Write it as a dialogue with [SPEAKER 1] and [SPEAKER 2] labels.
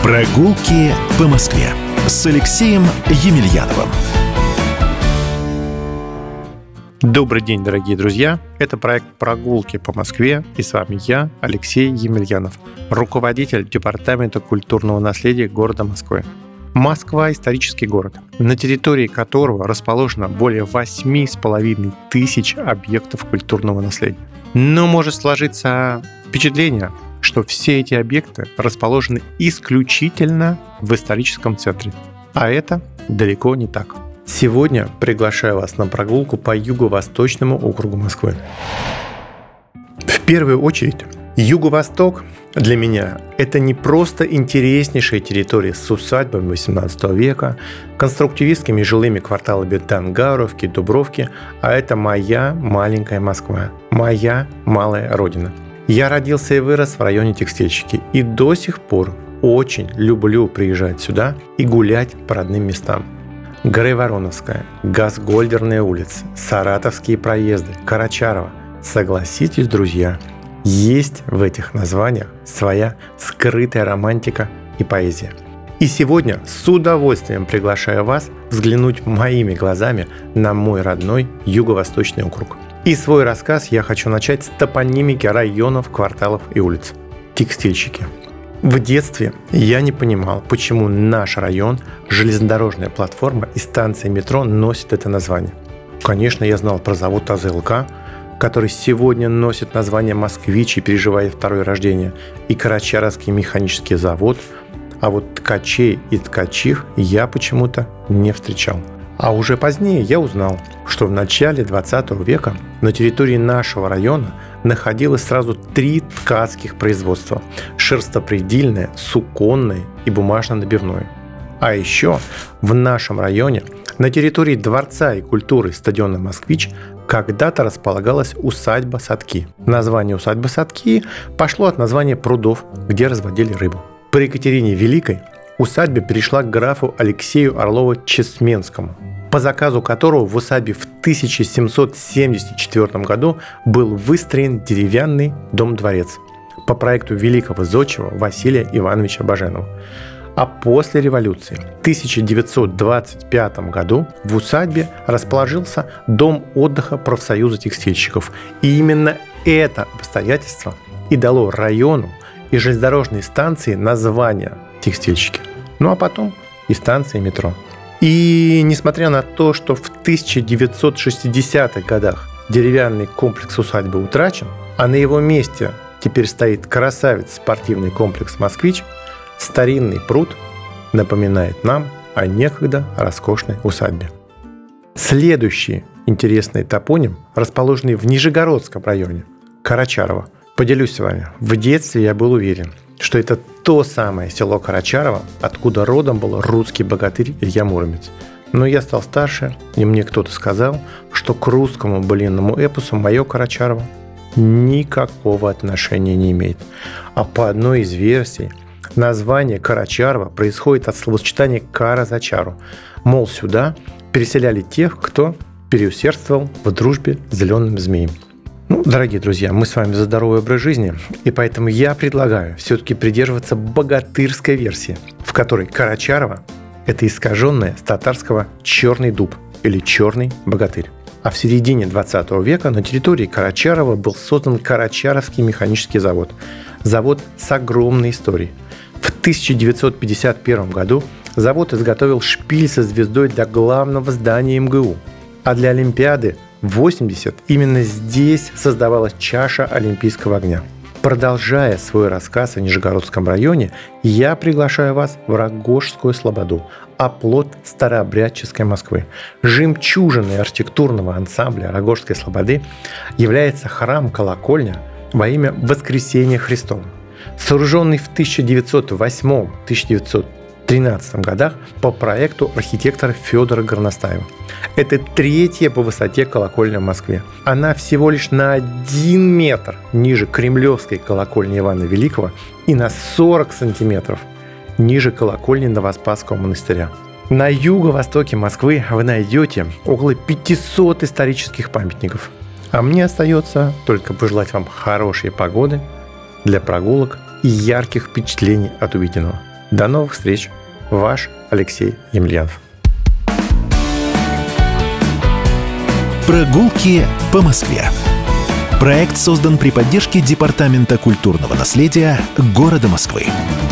[SPEAKER 1] Прогулки по Москве с Алексеем Емельяновым.
[SPEAKER 2] Добрый день, дорогие друзья! Это проект «Прогулки по Москве», и с вами я, Алексей Емельянов, руководитель Департамента культурного наследия города Москвы. Москва – исторический город, на территории которого расположено более 8,5 тысяч объектов культурного наследия. Но может сложиться впечатление, что все эти объекты расположены исключительно в историческом центре. А это далеко не так. Сегодня приглашаю вас на прогулку по Юго-Восточному округу Москвы. В первую очередь, Юго-Восток для меня – это не просто интереснейшая территория с усадьбами XVIII века, конструктивистскими жилыми кварталами Тангауровки, Дубровки, а это моя маленькая Москва, моя малая родина. Я родился и вырос в районе Текстильщики, и до сих пор очень люблю приезжать сюда и гулять по родным местам. Грей-Вороновская, Газгольдерная улица, Саратовские проезды, Карачарова. Согласитесь, друзья, есть в этих названиях своя скрытая романтика и поэзия. И сегодня с удовольствием приглашаю вас взглянуть моими глазами на мой родной Юго-Восточный округ. И свой рассказ я хочу начать с топонимики районов, кварталов и улиц. Текстильщики. В детстве я не понимал, почему наш район, железнодорожная платформа и станция метро носит это название. Конечно, я знал про завод АЗЛК, который сегодня носит название «Москвич» и переживает второе рождение, и Карачаровский механический завод, а вот ткачей и ткачих я почему-то не встречал. А уже позднее я узнал, что в начале 20 века на территории нашего района находилось сразу 3 ткацких производства – шерстопредельное, суконное и бумажно-набивное. А еще в нашем районе на территории Дворца и культуры стадиона «Москвич» когда-то располагалась усадьба Садки. Название усадьбы Садки пошло от названия прудов, где разводили рыбу. При Екатерине Великой усадьба перешла к графу Алексею Орлову-Чесменскому, по заказу которого в усадьбе в 1774 году был выстроен деревянный дом-дворец по проекту великого зодчего Василия Ивановича Баженова. А после революции в 1925 году в усадьбе расположился дом отдыха профсоюза текстильщиков. И именно это обстоятельство и дало району и железнодорожной станции название «Текстильщики». Ну а потом и станции метро. И несмотря на то, что в 1960-х годах деревянный комплекс усадьбы утрачен, а на его месте теперь стоит красавец спортивный комплекс «Москвич», старинный пруд напоминает нам о некогда роскошной усадьбе. Следующий интересный топоним, расположенный в Нижегородском районе – Карачарова. Поделюсь с вами. В детстве я был уверен, что это то самое село Карачарово, откуда родом был русский богатырь Илья Муромец. Но я стал старше, и мне кто-то сказал, что к русскому былинному эпосу мое Карачарово никакого отношения не имеет. А по одной из версий, название Карачарова происходит от словосочетания «кара за чару». Мол, сюда переселяли тех, кто переусердствовал в дружбе с зеленым змеем. Дорогие друзья, мы с вами за здоровый образ жизни, и поэтому я предлагаю все-таки придерживаться богатырской версии, в которой Карачарова – это искаженное с татарского «черный дуб» или «черный богатырь». А в середине 20 века на территории Карачарова был создан Карачаровский механический завод. Завод с огромной историей. В 1951 году завод изготовил шпиль со звездой для главного здания МГУ, а для Олимпиады 80 именно здесь создавалась чаша Олимпийского огня. Продолжая свой рассказ о Нижегородском районе, я приглашаю вас в Рогожскую слободу, оплот старообрядческой Москвы. Жемчужиной архитектурного ансамбля Рогожской слободы является храм-колокольня во имя Воскресения Христова, сооруженный в 1908-1913 годах по проекту архитектора Федора Горностаева. Это 3-я по высоте колокольня в Москве. Она всего лишь на 1 метр ниже Кремлевской колокольни Ивана Великого и на 40 сантиметров ниже колокольни Новоспасского монастыря. На юго-востоке Москвы вы найдете около 500 исторических памятников. А мне остается только пожелать вам хорошей погоды для прогулок и ярких впечатлений от увиденного. До новых встреч. Ваш Алексей Емельянов.
[SPEAKER 1] Прогулки по Москве. Проект создан при поддержке Департамента культурного наследия города Москвы.